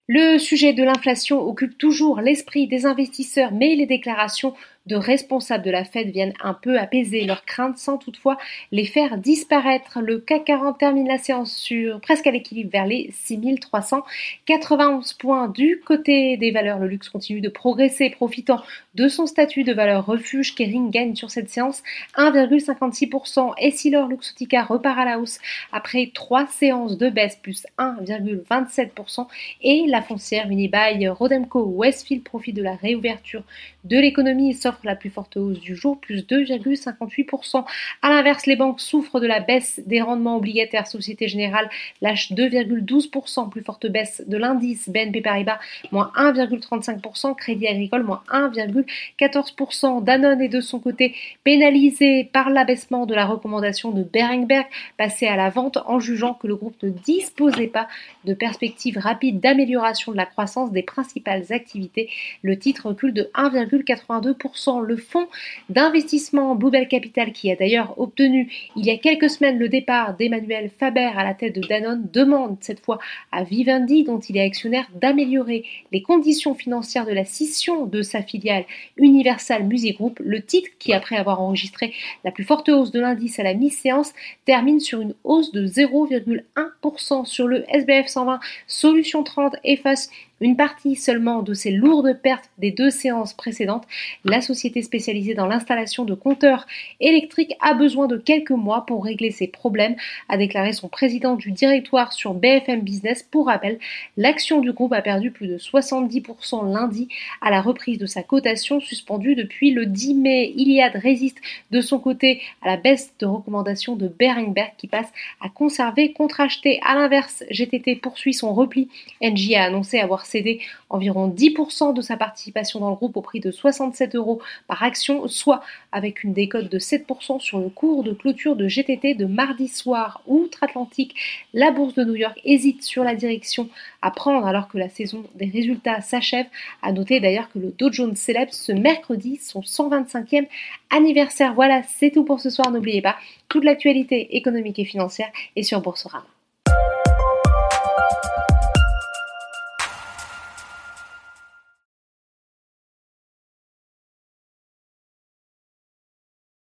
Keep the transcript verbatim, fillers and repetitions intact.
Le sujet de l'inflation occupe toujours l'esprit des investisseurs, mais les déclarations de responsables de la Fed viennent un peu apaiser leurs craintes sans toutefois les faire disparaître. Le C A C quarante termine la séance sur presque à l'équilibre vers les six mille trois cent quatre-vingt-onze points. Du côté des valeurs, le luxe continue de progresser, profitant de son statut de valeur refuge. Kering gagne sur cette séance un virgule cinquante-six pour cent. Essilor Luxottica repart à la hausse après trois séances de baisse, plus un virgule vingt-sept pour cent. Et la foncière Unibail Rodamco Westfield profite de la réouverture de l'économie et s'offre la plus forte hausse du jour, plus deux virgule cinquante-huit pour cent. A l'inverse, les banques souffrent de la baisse des rendements obligataires. Société Générale lâche deux virgule douze pour cent, plus forte baisse de l'indice. B N P Paribas, moins un virgule trente-cinq pour cent. Crédit Agricole, moins un virgule quatorze pour cent. Danone est de son côté pénalisé par l'abaissement de la recommandation de Berenberg, passé à la vente en jugeant que le groupe ne disposait pas de perspectives rapides d'amélioration de la croissance des principales activités. Le titre recule de un virgule quatre-vingt-deux pour cent. Le fonds d'investissement Bluebell Capital, qui a d'ailleurs obtenu il y a quelques semaines le départ d'Emmanuel Faber à la tête de Danone, demande cette fois à Vivendi, dont il est actionnaire, d'améliorer les conditions financières de la scission de sa filiale Universal Music Group. Le titre, qui après avoir enregistré la plus forte hausse de l'indice à la mi-séance, termine sur une hausse de zéro virgule un pour cent. Sur le S B F cent vingt, Solution trente efface une partie seulement de ces lourdes pertes des deux séances précédentes. La société spécialisée dans l'installation de compteurs électriques a besoin de quelques mois pour régler ses problèmes, a déclaré son président du directoire sur B F M Business. Pour rappel, l'action du groupe a perdu plus de soixante-dix pour cent lundi à la reprise de sa cotation suspendue depuis le dix mai. Iliad résiste de son côté à la baisse de recommandation de Berenberg qui passe à conserver contre acheter. A l'inverse, G T T poursuit son repli. Engie a annoncé avoir cédé environ dix pour cent de sa participation dans le groupe au prix de soixante-sept euros par action, soit avec une décote de sept pour cent sur le cours de clôture de G T T de mardi soir. Outre-Atlantique, la bourse de New York hésite sur la direction à prendre alors que la saison des résultats s'achève. À noter d'ailleurs que le Dow Jones célèbre ce mercredi son cent vingt-cinquième anniversaire. Voilà, c'est tout pour ce soir. N'oubliez pas, toute l'actualité économique et financière est sur Boursorama.